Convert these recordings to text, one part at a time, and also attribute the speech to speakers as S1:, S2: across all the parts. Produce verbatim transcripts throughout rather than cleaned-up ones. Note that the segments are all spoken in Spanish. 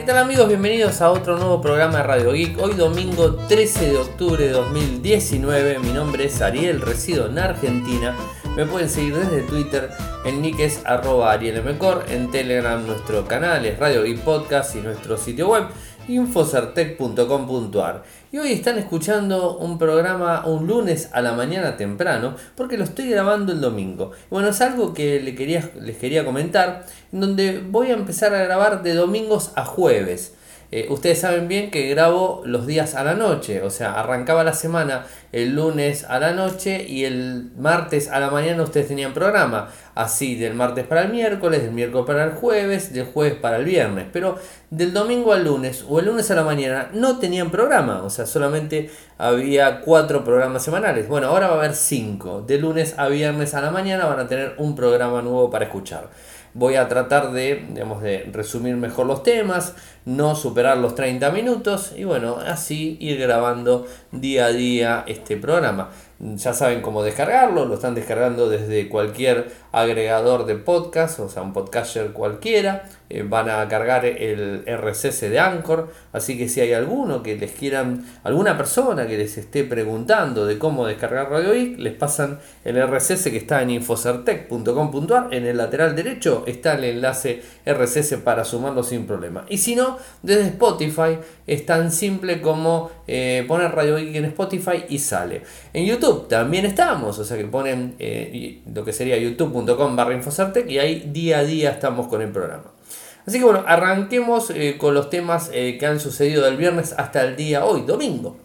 S1: ¿Qué tal amigos? Bienvenidos a otro nuevo programa de Radio Geek. Hoy domingo trece de octubre de dos mil diecinueve. Mi nombre es Ariel, resido en Argentina. Me pueden seguir desde Twitter, el nick es arroba arielmcor, en Telegram nuestro canal es Radio Geek Podcast y nuestro sitio web infocertec punto com punto ar. Y hoy están escuchando un programa un lunes a la mañana temprano porque lo estoy grabando el domingo. Bueno, es algo que les quería, les quería comentar, en donde voy a empezar a grabar de domingos a jueves. Eh, ustedes saben bien que grabo los días a la noche, o sea, arrancaba la semana el lunes a la noche y el martes a la mañana ustedes tenían programa. Así del martes para el miércoles, del miércoles para el jueves, del jueves para el viernes. Pero del domingo al lunes o el lunes a la mañana no tenían programa, o sea, solamente había cuatro programas semanales. Bueno, ahora va a haber cinco. De lunes a viernes a la mañana van a tener un programa nuevo para escuchar. Voy a tratar de, digamos, de resumir mejor los temas, no superar los treinta minutos y bueno, así ir grabando día a día este programa. Ya saben cómo descargarlo, lo están descargando desde cualquier agregador de podcast, o sea, un podcaster cualquiera. Eh, van a cargar el R S S de Anchor, así que si hay alguno que les quieran, alguna persona que les esté preguntando de cómo descargar Radio Geek, les pasan el R S S que está en infocertec punto com punto ar. En el lateral derecho está el enlace R S S para sumarlo sin problema. Y si no, desde Spotify es tan simple como eh, poner Radio Geek en Spotify y sale. En YouTube también estamos, o sea que ponen eh, lo que sería youtube punto com barra infocertec y ahí día a día estamos con el programa. Así que bueno, arranquemos eh, con los temas eh, que han sucedido del viernes hasta el día hoy, domingo.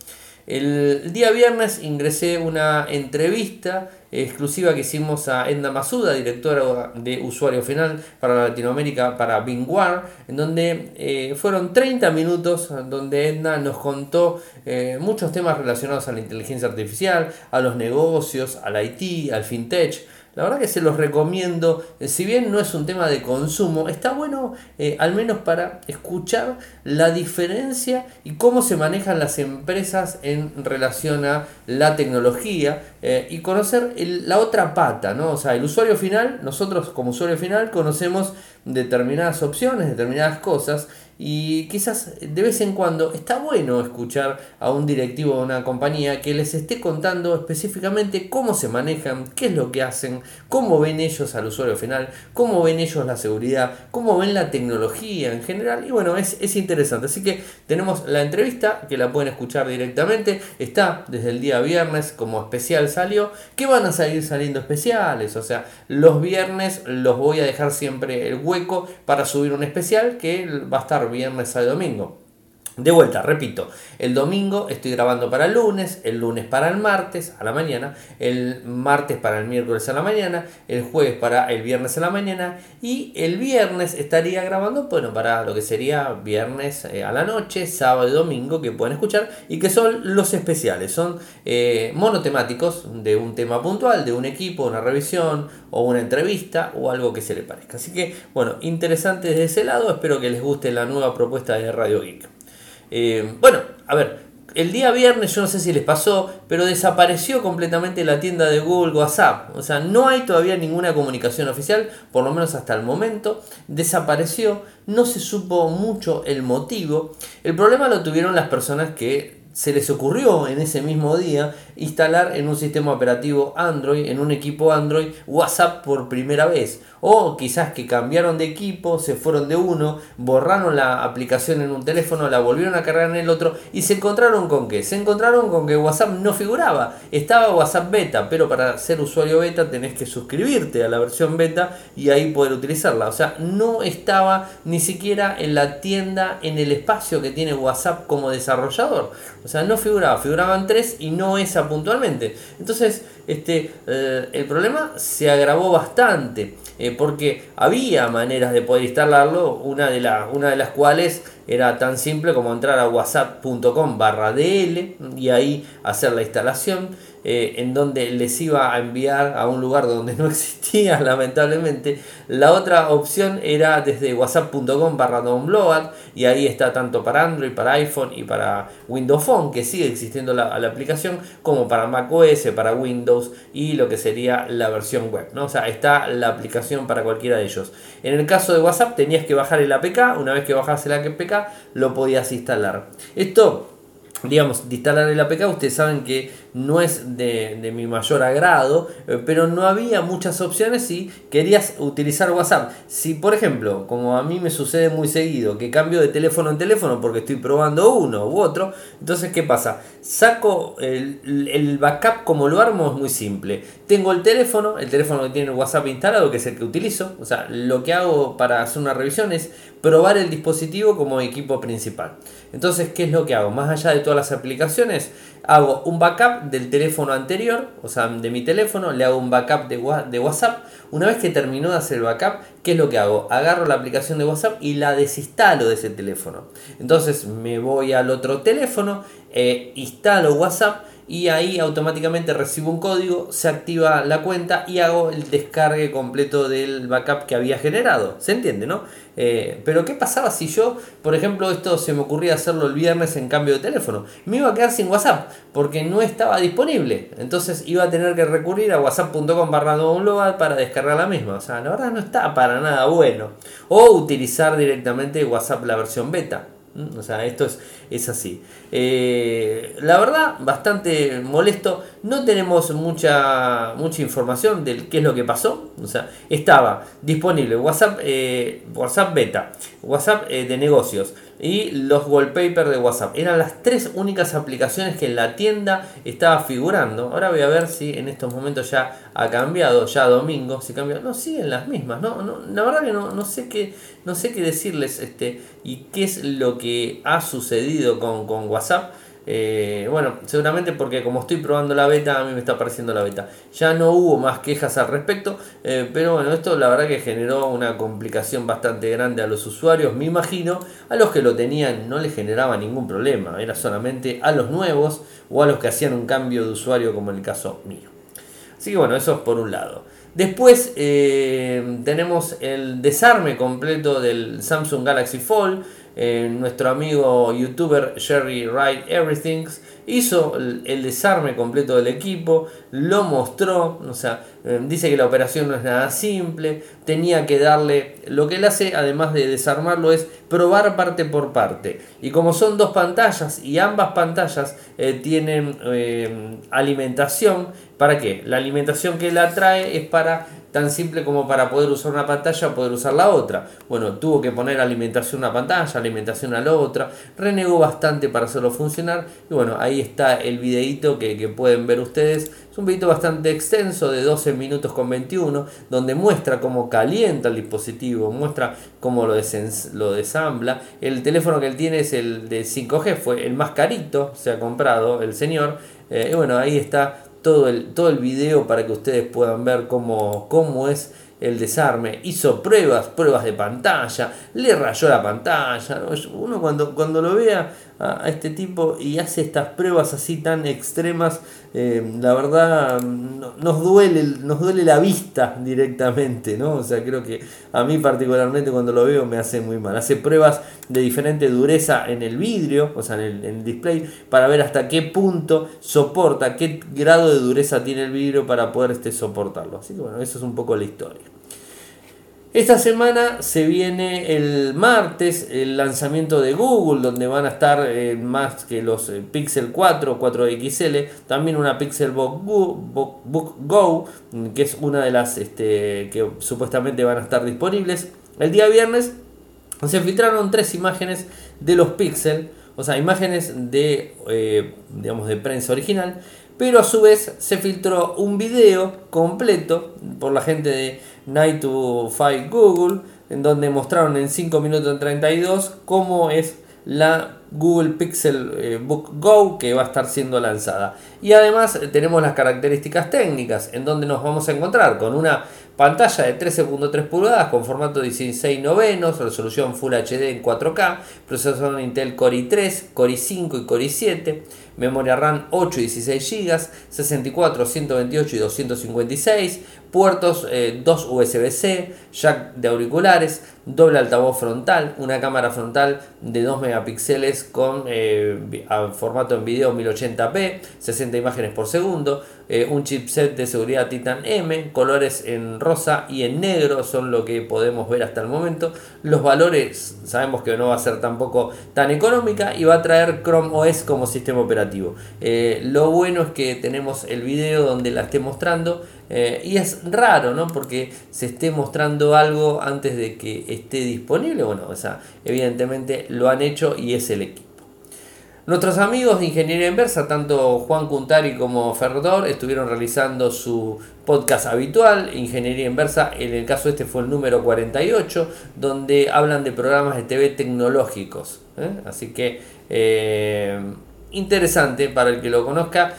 S1: El día viernes ingresé una entrevista exclusiva que hicimos a Edna Masuda, directora de usuario final para Latinoamérica para Bingware, en donde eh, fueron treinta minutos donde Edna nos contó eh, muchos temas relacionados a la inteligencia artificial, a los negocios, al I T, al fintech. La verdad que se los recomiendo, si bien no es un tema de consumo, está bueno eh, al menos para escuchar la diferencia y cómo se manejan las empresas en relación a la tecnología eh, y conocer el, la otra pata, ¿no? O sea, el usuario final, nosotros como usuario final conocemos determinadas opciones, determinadas cosas. Y quizás de vez en cuando está bueno escuchar a un directivo de una compañía que les esté contando específicamente cómo se manejan, qué es lo que hacen, cómo ven ellos al usuario final, cómo ven ellos la seguridad, cómo ven la tecnología en general. Y bueno, es, es interesante. Así que tenemos la entrevista que la pueden escuchar directamente. Está desde el día viernes como especial salió, que van a seguir saliendo especiales. O sea, los viernes los voy a dejar siempre el hueco para subir un especial que va a estar viernes a domingo. De vuelta, repito, el domingo estoy grabando para el lunes, el lunes para el martes a la mañana, el martes para el miércoles a la mañana, el jueves para el viernes a la mañana y el viernes estaría grabando, bueno, para lo que sería viernes eh, a la noche, sábado y domingo que pueden escuchar y que son los especiales, son eh, monotemáticos de un tema puntual, de un equipo, una revisión o una entrevista o algo que se le parezca. Así que, bueno, interesante desde ese lado, espero que les guste la nueva propuesta de Radio Geek. Eh, bueno, a ver, el día viernes yo no sé si les pasó, pero desapareció completamente la tienda de Google WhatsApp. O sea, no hay todavía ninguna comunicación oficial, por lo menos hasta el momento. Desapareció, no se supo mucho el motivo. El problema lo tuvieron las personas que se les ocurrió en ese mismo día instalar en un sistema operativo Android, en un equipo Android, WhatsApp por primera vez. O quizás que cambiaron de equipo, se fueron de uno, borraron la aplicación en un teléfono, la volvieron a cargar en el otro y se encontraron con ¿qué? Se encontraron con que WhatsApp no figuraba. Estaba WhatsApp beta, pero para ser usuario beta tenés que suscribirte a la versión beta y ahí poder utilizarla. O sea, no estaba ni siquiera en la tienda, en el espacio que tiene WhatsApp como desarrollador. O sea, no figuraba, figuraban tres y no esa puntualmente. Entonces, este, eh, el problema se agravó bastante. Eh, porque había maneras de poder instalarlo, una de, la, una de las cuales era tan simple como entrar a whatsapp punto com barra D L y ahí hacer la instalación. eh, en donde les iba a enviar a un lugar donde no existía, lamentablemente. La otra opción era desde whatsapp punto com barra download, y ahí está tanto para Android, para iPhone y para Windows Phone, que sigue existiendo la, la aplicación, como para macOS, para Windows y lo que sería la versión web, ¿no? O sea, está la aplicación para cualquiera de ellos. En el caso de WhatsApp tenías que bajar el A P K, una vez que bajas el A P K lo podías instalar. Esto, digamos, de instalar el A P K, ustedes saben que no es de, de mi mayor agrado, eh, pero no había muchas opciones si querías utilizar WhatsApp. Si, por ejemplo, como a mí me sucede muy seguido, que cambio de teléfono en teléfono porque estoy probando uno u otro, entonces, ¿qué pasa? Saco el, el backup, como lo armo es muy simple. Tengo el teléfono, el teléfono que tiene WhatsApp instalado, que es el que utilizo. O sea, lo que hago para hacer una revisión es probar el dispositivo como equipo principal. Entonces, ¿qué es lo que hago? Más allá de todas las aplicaciones, hago un backup del teléfono anterior, o sea, de mi teléfono, le hago un backup de, de WhatsApp. Una vez que terminó de hacer el backup, ¿qué es lo que hago? Agarro la aplicación de WhatsApp y la desinstalo de ese teléfono. Entonces me voy al otro teléfono, eh, instalo WhatsApp y ahí automáticamente recibo un código, se activa la cuenta y hago el descargue completo del backup que había generado. ¿Se entiende, no? Eh, pero ¿qué pasaba si yo, por ejemplo, esto se me ocurría hacerlo el viernes en cambio de teléfono? Me iba a quedar sin WhatsApp porque no estaba disponible. Entonces iba a tener que recurrir a whatsapp punto com barra download para descargar la misma. O sea, la verdad no está para nada bueno. O utilizar directamente WhatsApp la versión beta. O sea, esto es, es así. Eh, la verdad, bastante molesto. No tenemos mucha, mucha información de qué es lo que pasó. O sea, estaba disponible WhatsApp, eh, WhatsApp beta, WhatsApp eh, de negocios y los wallpapers de WhatsApp. Eran las tres únicas aplicaciones que en la tienda estaba figurando. Ahora voy a ver si en estos momentos ya ha cambiado, ya domingo, si cambió. No, siguen las mismas. No, no, la verdad que no, no sé qué, no sé qué decirles, este, y qué es lo que ha sucedido con, con WhatsApp. Eh, bueno, seguramente porque como estoy probando la beta, a mí me está apareciendo la beta. Ya no hubo más quejas al respecto, eh, pero bueno, esto la verdad que generó una complicación bastante grande a los usuarios. Me imagino, a los que lo tenían no les generaba ningún problema, era solamente a los nuevos o a los que hacían un cambio de usuario, como en el caso mío. Así que bueno, eso es por un lado. Después eh, tenemos el desarme completo del Samsung Galaxy Fold. Eh, nuestro amigo youtuber Jerry Wright Everything hizo el, el desarme completo del equipo, lo mostró. O sea, eh, dice que la operación no es nada simple, tenía que darle, lo que él hace además de desarmarlo es probar parte por parte, y como son dos pantallas y ambas pantallas eh, tienen eh, alimentación. ¿Para qué? La alimentación que la trae es para, tan simple como para poder usar una pantalla, poder usar la otra. Bueno, tuvo que poner alimentación a una pantalla, alimentación a la otra, renegó bastante para hacerlo funcionar, y bueno, ahí está el videito que, que pueden ver ustedes. Es un videito bastante extenso de doce minutos con veintiuno, donde muestra cómo calienta el dispositivo, muestra cómo lo, desen- lo desambla. El teléfono que él tiene es el de cinco G, fue el más carito, se ha comprado el señor, eh, y bueno, ahí está todo el, todo el video para que ustedes puedan ver cómo, cómo es el desarme. Hizo pruebas, pruebas de pantalla, le rayó la pantalla. Uno cuando, cuando lo vea a, a este tipo y hace estas pruebas así tan extremas, eh, la verdad no, nos duele, nos duele la vista directamente, ¿no? O sea, creo que a mí particularmente cuando lo veo me hace muy mal. Hace pruebas de diferente dureza en el vidrio, o sea, en el, en el display, para ver hasta qué punto soporta, qué grado de dureza tiene el vidrio para poder este, soportarlo. Así que bueno, eso es un poco la historia. Esta semana se viene el martes el lanzamiento de Google, donde van a estar eh, más que los eh, Pixel cuatro, cuatro X L, también una Pixelbook Go, Book, Book Go, que es una de las este, que supuestamente van a estar disponibles. El día viernes se filtraron tres imágenes de los Pixel, o sea, imágenes de, eh, digamos, de prensa original, pero a su vez se filtró un video completo por la gente de Night to Fight Google, en donde mostraron en cinco minutos treinta y dos cómo es la Google Pixel eh, Book Go que va a estar siendo lanzada. Y además eh, tenemos las características técnicas, en donde nos vamos a encontrar con una pantalla de trece punto tres pulgadas con formato dieciséis novenos, resolución Full H D en cuatro K, procesador Intel Core i tres, Core i cinco y Core i siete, memoria RAM ocho y dieciséis gigas, sesenta y cuatro, ciento veintiocho y doscientos cincuenta y seis, puertos eh, dos U S B C, jack de auriculares, doble altavoz frontal, una cámara frontal de dos megapíxeles con eh, formato en video mil ochenta p, sesenta imágenes por segundo, eh, un chipset de seguridad Titan M, colores en rosa y en negro son lo que podemos ver hasta el momento. Los valores sabemos que no va a ser tampoco tan económica y va a traer Chrome O S como sistema operativo. Eh, lo bueno es que tenemos el video donde la esté mostrando. Eh, y es raro, ¿no? Porque se esté mostrando algo antes de que esté disponible. Bueno, o sea, evidentemente lo han hecho y es el equipo. Nuestros amigos de Ingeniería Inversa, tanto Juan Cuntari como Ferdor, estuvieron realizando su podcast habitual, Ingeniería Inversa. En el caso este fue el número cuarenta y ocho, donde hablan de programas de T V tecnológicos. ¿eh? Así que... Eh, interesante para el que lo conozca,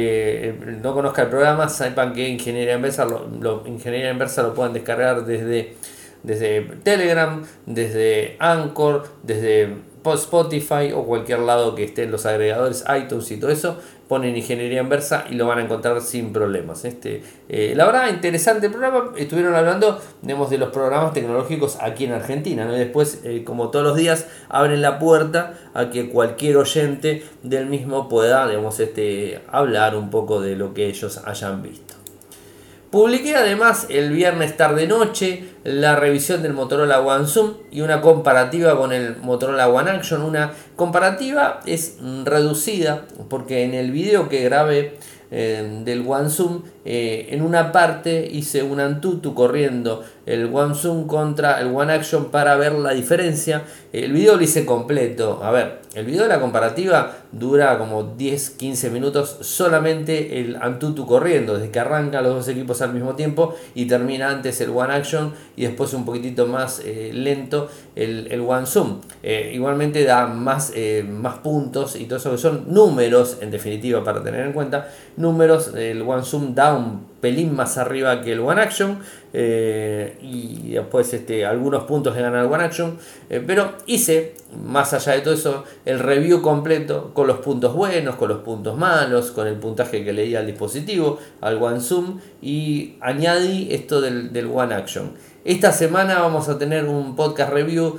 S1: eh, no conozca el programa, sepan que Ingeniería Inversa lo, lo, Ingeniería Inversa lo pueden descargar desde, desde Telegram, desde Anchor, desde Spotify o cualquier lado que estén los agregadores, iTunes y todo eso. Ponen Ingeniería Inversa y lo van a encontrar sin problemas. Este, eh, la verdad, interesante el programa. Estuvieron hablando, digamos, de los programas tecnológicos aquí en Argentina, ¿no? Y después, eh, como todos los días, abren la puerta a que cualquier oyente del mismo pueda, digamos, este, hablar un poco de lo que ellos hayan visto. Publiqué además el viernes tarde-noche la revisión del Motorola One Zoom y una comparativa con el Motorola One Action. Una comparativa es reducida porque en el video que grabé eh, del One Zoom, eh, en una parte hice un Antutu corriendo el One Zoom contra el One Action para ver la diferencia. El video lo hice completo. A ver, el video de la comparativa dura como diez a quince minutos solamente el Antutu corriendo, desde que arranca los dos equipos al mismo tiempo y termina antes el One Action y después un poquitito más eh, lento el, el One Zoom. Eh, igualmente da más, eh, más puntos y todo eso, que son números en definitiva para tener en cuenta. Números, el One Zoom da un pelín más arriba que el One Action, eh, y después este, algunos puntos le ganan al One Action, eh, pero hice, más allá de todo eso, el review completo con los puntos buenos, con los puntos malos, con el puntaje que le di al dispositivo, al One Zoom, y añadí esto del, del One Action. Esta semana vamos a tener un podcast review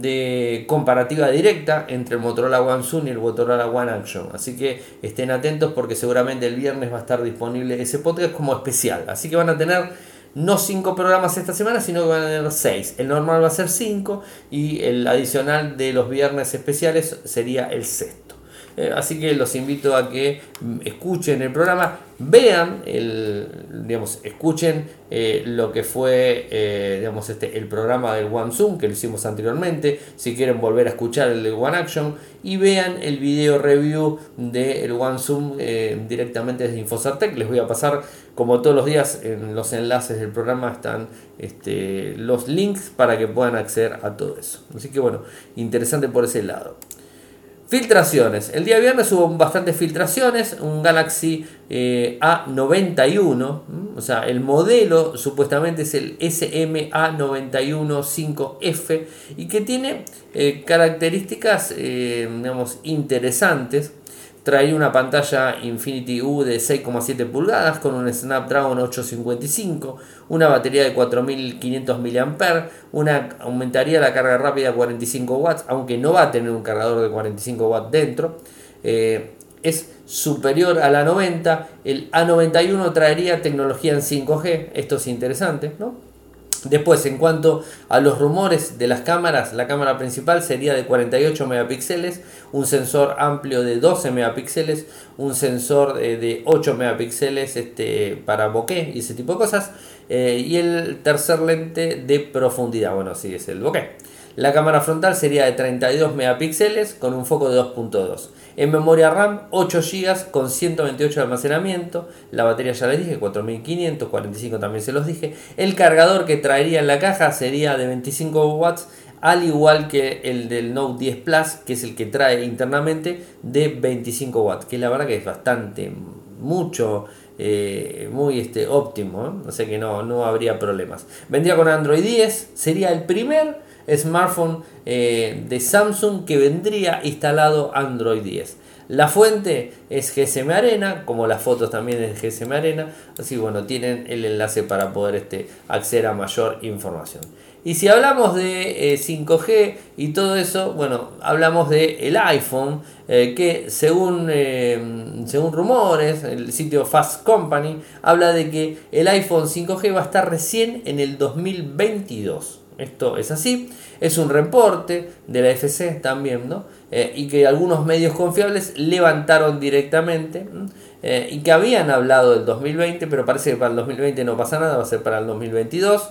S1: de comparativa directa entre el Motorola One Zoom y el Motorola One Action. Así que estén atentos porque seguramente el viernes va a estar disponible ese podcast como especial. Así que van a tener no cinco programas esta semana, sino que van a tener seis. El normal va a ser cinco y el adicional de los viernes especiales sería el sexto. Eh, así que los invito a que escuchen el programa, vean, el, digamos, escuchen eh, lo que fue eh, digamos, este, el programa del One Zoom que lo hicimos anteriormente, si quieren volver a escuchar el de One Action, y vean el video review del One Zoom eh, directamente desde Infocertec. Les voy a pasar, como todos los días, en los enlaces del programa están este, los links para que puedan acceder a todo eso. Así que bueno, interesante por ese lado. Filtraciones. El día viernes hubo bastantes filtraciones. Un Galaxy eh, A noventa y uno, o sea, el modelo supuestamente es el S M A noventa y uno cinco F y que tiene eh, características eh, digamos, interesantes. Trae una pantalla Infinity U de seis coma siete pulgadas con un Snapdragon ochocientos cincuenta y cinco, una batería de cuatro mil quinientos miliamperios hora, una, aumentaría la carga rápida a cuarenta y cinco watts, aunque no va a tener un cargador de cuarenta y cinco watts dentro. Eh, es superior a la noventa. El A noventa y uno traería tecnología en cinco G, esto es interesante, ¿no? Después, en cuanto a los rumores de las cámaras, la cámara principal sería de cuarenta y ocho megapíxeles, un sensor amplio de doce megapíxeles, un sensor eh, de ocho megapíxeles este, para bokeh y ese tipo de cosas, eh, y el tercer lente de profundidad, bueno, sí, es el bokeh. La cámara frontal sería de treinta y dos megapíxeles con un foco de dos punto dos. En memoria RAM, ocho gigas con ciento veintiocho de almacenamiento. La batería ya les dije, cuatro mil quinientos, cuarenta y cinco también se los dije. El cargador que traería en la caja sería de veinticinco watts, al igual que el del Note diez Plus, que es el que trae internamente, de veinticinco watts. Que la verdad que es bastante, mucho, eh, muy este, óptimo, ¿eh? O sea que no, no habría problemas. Vendría con Android diez, sería el primer smartphone eh, de Samsung que vendría instalado Android diez. La fuente es G S M Arena, como las fotos también es G S M Arena, así bueno, tienen el enlace para poder este, acceder a mayor información. Y si hablamos de eh, cinco G y todo eso, bueno, hablamos de el iPhone, eh, que según, eh, según rumores, el sitio Fast Company habla de que el iPhone cinco G va a estar recién en el dos mil veintidós. Esto es así, es un reporte de la F C también, ¿no? Eh, y que algunos medios confiables levantaron directamente eh, y que habían hablado del dos mil veinte, pero parece que para el dos mil veinte no pasa nada, va a ser para el dos mil veintidós.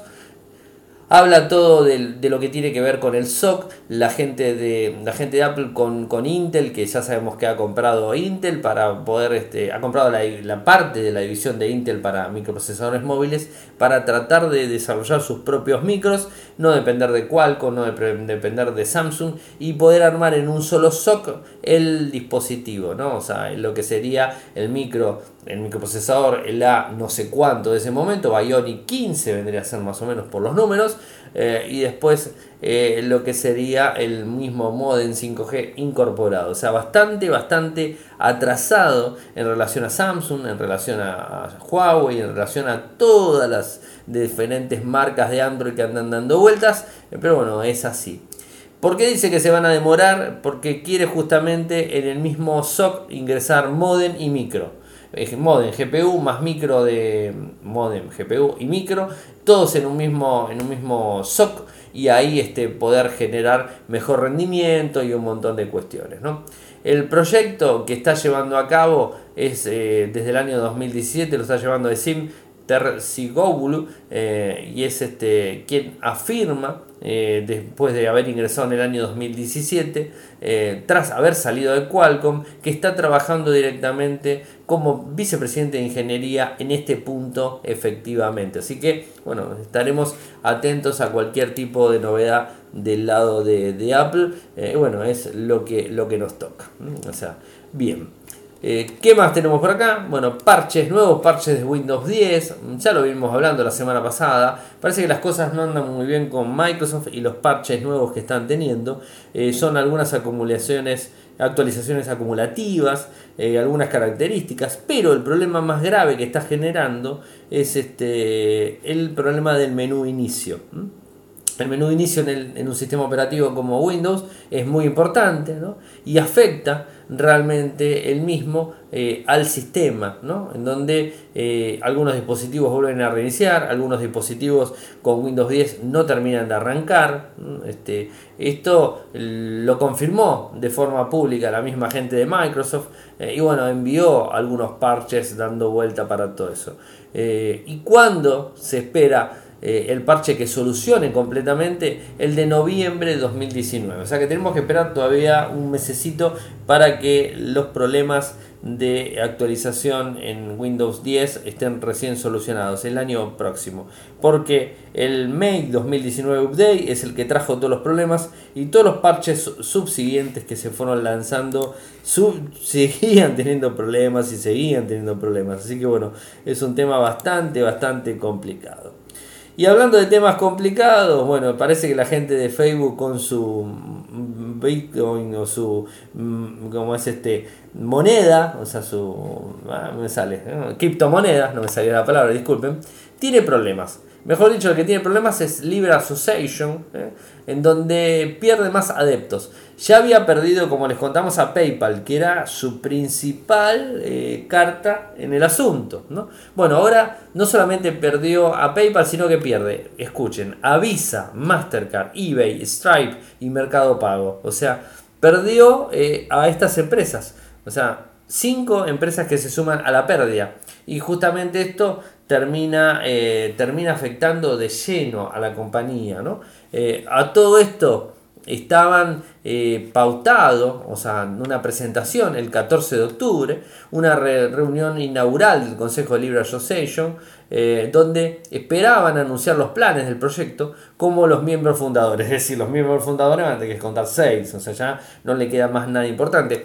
S1: Habla todo de, de lo que tiene que ver con el S O C, la gente de, la gente de Apple con, con Intel, que ya sabemos que ha comprado Intel para poder, este, ha comprado la, la parte de la división de Intel para microprocesadores móviles para tratar de desarrollar sus propios micros, no depender de Qualcomm, no de, depender de Samsung y poder armar en un solo S O C el dispositivo, ¿no? O sea, lo que sería el micro, el microprocesador, el A no sé cuánto de ese momento, Bionic quince vendría a ser más o menos por los números. Eh, y después eh, lo que sería el mismo modem cinco G incorporado, o sea, bastante, bastante atrasado en relación a Samsung, en relación a, a Huawei, en relación a todas las diferentes marcas de Android que andan dando vueltas, eh, pero bueno, es así. ¿Por qué dice que se van a demorar? Porque quiere justamente en el mismo S O C ingresar modem y micro. Modem, G P U más micro de modem, G P U y micro, todos en un mismo, en un mismo S O C, y ahí este, poder generar mejor rendimiento y un montón de cuestiones, ¿no? El proyecto que está llevando a cabo es eh, desde el año dos mil diecisiete, lo está llevando Esim Terzioglu, eh, y es este, quien afirma, eh, después de haber ingresado en el año dos mil diecisiete, eh, tras haber salido de Qualcomm, que está trabajando directamente como vicepresidente de ingeniería en este punto efectivamente. Así que, bueno, estaremos atentos a cualquier tipo de novedad del lado de, de Apple. Eh, bueno, es lo que, lo que nos toca. O sea, bien. Eh, ¿Qué más tenemos por acá? Bueno, parches nuevos, parches de Windows diez. Ya lo vimos hablando la semana pasada. Parece que las cosas no andan muy bien con Microsoft y los parches nuevos que están teniendo. Eh, son algunas acumulaciones, actualizaciones acumulativas, eh, algunas características, pero el problema más grave que está generando es este, el problema del menú inicio. ¿Mm? El menú de inicio en, el, en un sistema operativo como Windows es muy importante, ¿no? Y afecta realmente el mismo eh, al sistema, ¿no? En donde eh, algunos dispositivos vuelven a reiniciar, algunos dispositivos con Windows diez no terminan de arrancar. Este, esto lo confirmó de forma pública la misma gente de Microsoft, eh, y bueno, envió algunos parches dando vuelta para todo eso. Eh, ¿Y cuándo se espera Eh, el parche que solucione completamente? El de noviembre de dos mil diecinueve? O sea que tenemos que esperar todavía un mesecito para que los problemas de actualización en Windows diez estén recién solucionados el año próximo, porque el May dos mil diecinueve Update es el que trajo todos los problemas, y todos los parches subsiguientes que se fueron lanzando sub seguían teniendo problemas y seguían teniendo problemas. Así que bueno, es un tema bastante, bastante complicado. Y hablando de temas complicados, bueno, parece que la gente de Facebook con su Bitcoin o su, ¿cómo es este? Moneda, o sea, su, ah, me sale, ¿no? criptomoneda, no me salió la palabra, disculpen, tiene problemas. Mejor dicho, el que tiene problemas es Libre Association, ¿eh? en donde pierde más adeptos. Ya había perdido, como les contamos, a PayPal, que era su principal eh, carta en el asunto, ¿no? Bueno, ahora no solamente perdió a PayPal, sino que pierde, escuchen, a Visa, Mastercard, eBay, Stripe y Mercado Pago. O sea, perdió eh, a estas empresas. O sea, cinco empresas que se suman a la pérdida. Y justamente esto termina, eh, termina afectando de lleno a la compañía, ¿no? Eh, a todo esto estaban eh, pautado, o sea, una presentación el catorce de octubre, una re reunión inaugural del Consejo de Libre Association, eh, donde esperaban anunciar los planes del proyecto como los miembros fundadores. Es decir, los miembros fundadores van a tener que contar seis, o sea, ya no le queda más nada importante.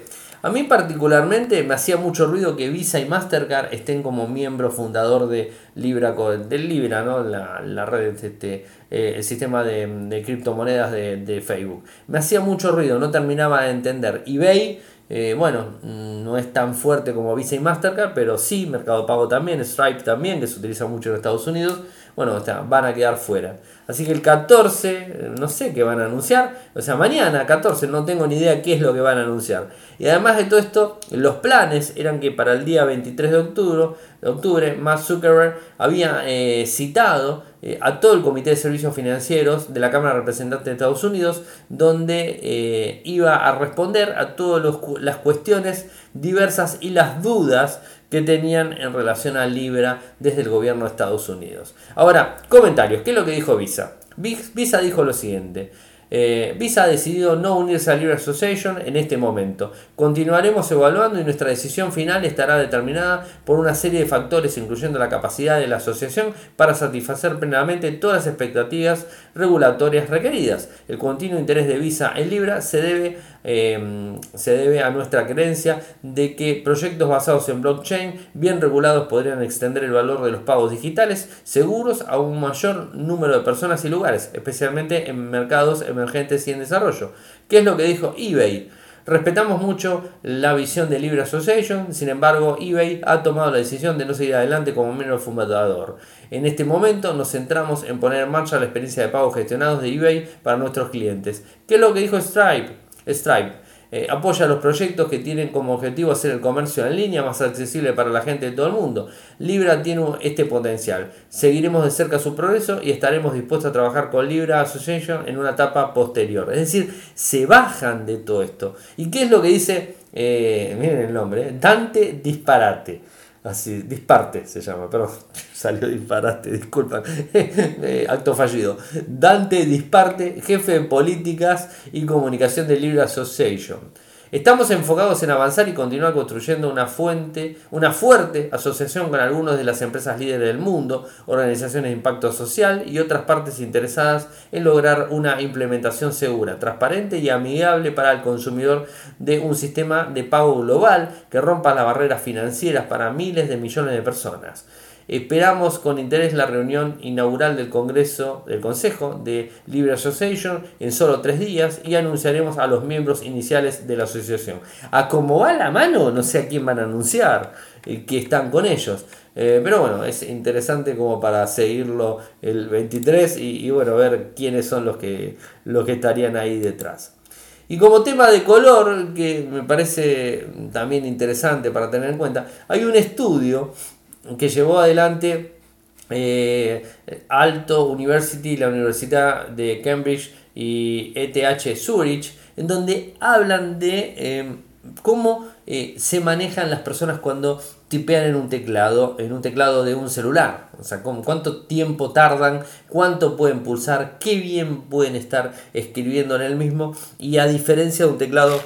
S1: A mí particularmente me hacía mucho ruido que Visa y Mastercard estén como miembro fundador de Libra, del Libra, ¿no? La, la red, este, eh, el sistema de, de criptomonedas de, de Facebook. Me hacía mucho ruido, no terminaba de entender. eBay, eh, bueno, no es tan fuerte como Visa y Mastercard, pero sí, Mercado Pago también, Stripe también, que se utiliza mucho en Estados Unidos. Bueno, o sea, van a quedar fuera. Así que el catorce, no sé qué van a anunciar. O sea, mañana catorce, no tengo ni idea qué es lo que van a anunciar. Y además de todo esto, los planes eran que para el día veintitrés de octubre, de octubre Mark Zuckerberg había eh, citado eh, a todo el Comité de Servicios Financieros de la Cámara de Representantes de Estados Unidos, donde eh, iba a responder a todas las cuestiones diversas y las dudas que tenían en relación a Libra desde el gobierno de Estados Unidos. Ahora, comentarios. ¿Qué es lo que dijo Visa? Visa dijo lo siguiente. Eh, Visa ha decidido no unirse a Libra Association en este momento. Continuaremos evaluando y nuestra decisión final estará determinada por una serie de factores, incluyendo la capacidad de la asociación para satisfacer plenamente todas las expectativas regulatorias requeridas. El continuo interés de Visa en Libra se debe, eh, se debe a nuestra creencia de que proyectos basados en blockchain bien regulados podrían extender el valor de los pagos digitales seguros a un mayor número de personas y lugares, especialmente en mercados emergentes y en desarrollo. ¿Qué es lo que dijo eBay? Respetamos mucho la visión de Libra Association, sin embargo, eBay ha tomado la decisión de no seguir adelante como miembro fundador. En este momento nos centramos en poner en marcha la experiencia de pagos gestionados de eBay para nuestros clientes. ¿Qué es lo que dijo Stripe? Stripe eh, apoya los proyectos que tienen como objetivo hacer el comercio en línea más accesible para la gente de todo el mundo. Libra tiene este potencial. Seguiremos de cerca su progreso y estaremos dispuestos a trabajar con Libra Association en una etapa posterior. Es decir, se bajan de todo esto. ¿Y qué es lo que dice? Eh, miren el nombre, ¿eh? Dante Disparate. Así, Disparte se llama, perdón, salió Disparate, disculpan, eh, acto fallido. Dante Disparte, jefe de políticas y comunicación de Libra Association. Estamos enfocados en avanzar y continuar construyendo una fuente, una fuerte asociación con algunas de las empresas líderes del mundo, organizaciones de impacto social y otras partes interesadas en lograr una implementación segura, transparente y amigable para el consumidor de un sistema de pago global que rompa las barreras financieras para miles de millones de personas. Esperamos con interés la reunión inaugural del Congreso, del Consejo de Libra Association en solo tres días y anunciaremos a los miembros iniciales de la asociación. A cómo va la mano, no sé a quién van a anunciar eh, que están con ellos. Eh, pero bueno, es interesante como para seguirlo el veintitrés y, y bueno, ver quiénes son los que, los que estarían ahí detrás. Y como tema de color, que me parece también interesante para tener en cuenta, hay un estudio que llevó adelante eh, Aalto University, la Universidad de Cambridge y E T H Zurich, en donde hablan de eh, cómo eh, se manejan las personas cuando tipean en un teclado, en un teclado de un celular. O sea, cómo, cuánto tiempo tardan, cuánto pueden pulsar, qué bien pueden estar escribiendo en el mismo, y a diferencia de un teclado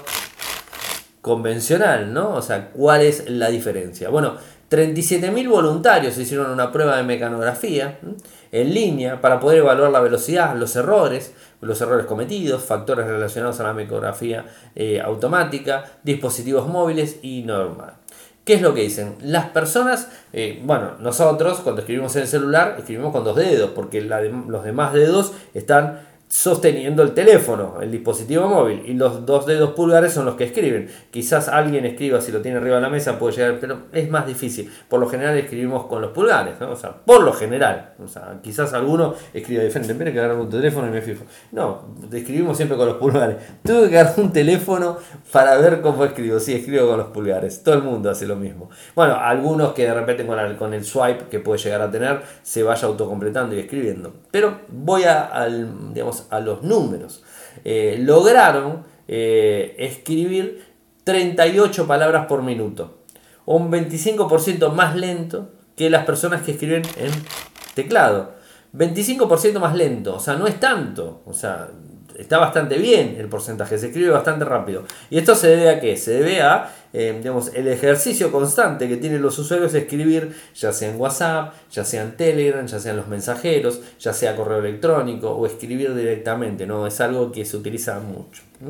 S1: convencional, ¿no? O sea, ¿cuál es la diferencia? Bueno, treinta y siete mil voluntarios hicieron una prueba de mecanografía ¿sí? en línea para poder evaluar la velocidad, los errores, los errores cometidos, factores relacionados a la mecanografía eh, automática, dispositivos móviles y normal. ¿Qué es lo que dicen? Las personas, eh, bueno, nosotros cuando escribimos en el celular escribimos con dos dedos porque la de, los demás dedos están sosteniendo el teléfono, el dispositivo móvil, y los dos dedos pulgares son los que escriben. Quizás alguien escriba, si lo tiene arriba de la mesa puede llegar, pero es más difícil. Por lo general escribimos con los pulgares, ¿no? O sea, por lo general, o sea, quizás alguno escriba diferente, en vez de que agarrar un teléfono y me fijo. No, escribimos siempre con los pulgares. Tuve que agarrar un teléfono para ver cómo escribo. Sí, escribo con los pulgares. Todo el mundo hace lo mismo. Bueno, algunos que de repente con el, con el swipe que puede llegar a tener se vaya autocompletando y escribiendo. Pero voy a, al, digamos, a los números. Eh, lograron eh, escribir treinta y ocho palabras por minuto, un veinticinco por ciento más lento que las personas que escriben en teclado. veinticinco por ciento más lento, o sea, no es tanto, o sea, está bastante bien el porcentaje, se escribe bastante rápido. ¿Y esto se debe a qué? Se debe a eh, digamos, el ejercicio constante que tienen los usuarios de escribir, ya sea en WhatsApp, ya sea en Telegram, ya sea en los mensajeros, ya sea correo electrónico o escribir directamente, ¿no? Es algo que se utiliza mucho. ¿no?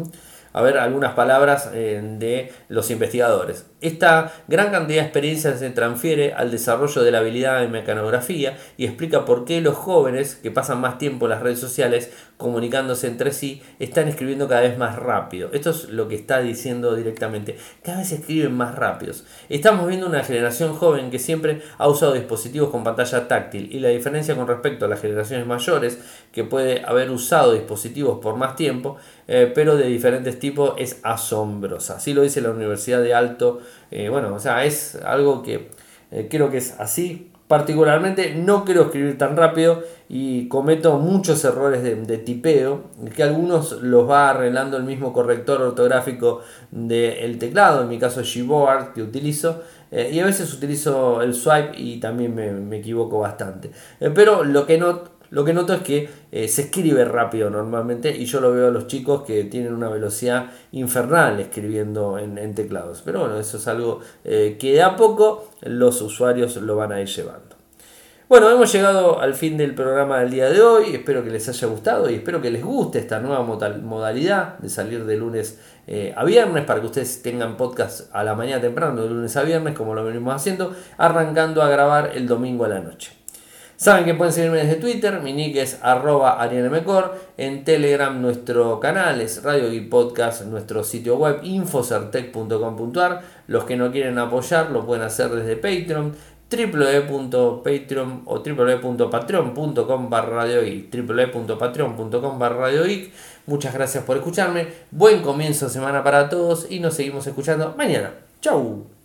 S1: a ver algunas palabras eh, de los investigadores. Esta gran cantidad de experiencia se transfiere al desarrollo de la habilidad de mecanografía y explica por qué los jóvenes que pasan más tiempo en las redes sociales comunicándose entre sí están escribiendo cada vez más rápido. Esto es lo que está diciendo directamente. Cada vez escriben más rápidos. Estamos viendo una generación joven que siempre ha usado dispositivos con pantalla táctil, y la diferencia con respecto a las generaciones mayores, que puede haber usado dispositivos por más tiempo, eh, pero de diferentes tipos, es asombrosa. Así lo dice la Universidad de Alto. Eh, bueno, o sea, es algo que eh, creo que es así. Particularmente no quiero escribir tan rápido y cometo muchos errores de, de tipeo, que algunos los va arreglando el mismo corrector ortográfico del teclado, en mi caso Gboard, que utilizo, eh, y a veces utilizo el swipe y también me, me equivoco bastante. Eh, pero lo que no... Lo que noto es que eh, se escribe rápido normalmente, y yo lo veo a los chicos que tienen una velocidad infernal escribiendo en, en teclados. Pero bueno, eso es algo eh, que de a poco los usuarios lo van a ir llevando. Bueno, hemos llegado al fin del programa del día de hoy. Espero que les haya gustado y espero que les guste esta nueva modalidad de salir de lunes eh, a viernes, para que ustedes tengan podcast a la mañana temprano, de lunes a viernes, como lo venimos haciendo, arrancando a grabar el domingo a la noche. Saben que pueden seguirme desde Twitter, mi nick es arroba arianemecor, en Telegram nuestro canal es Radio Geek Podcast, nuestro sitio web infocertec punto com punto ar. Los que no quieren apoyar lo pueden hacer desde Patreon, www punto patreon o www punto patreon punto com barra radio geek, www punto patreon punto com barra radio geek. Muchas gracias por escucharme, buen comienzo de semana para todos y nos seguimos escuchando mañana. Chau.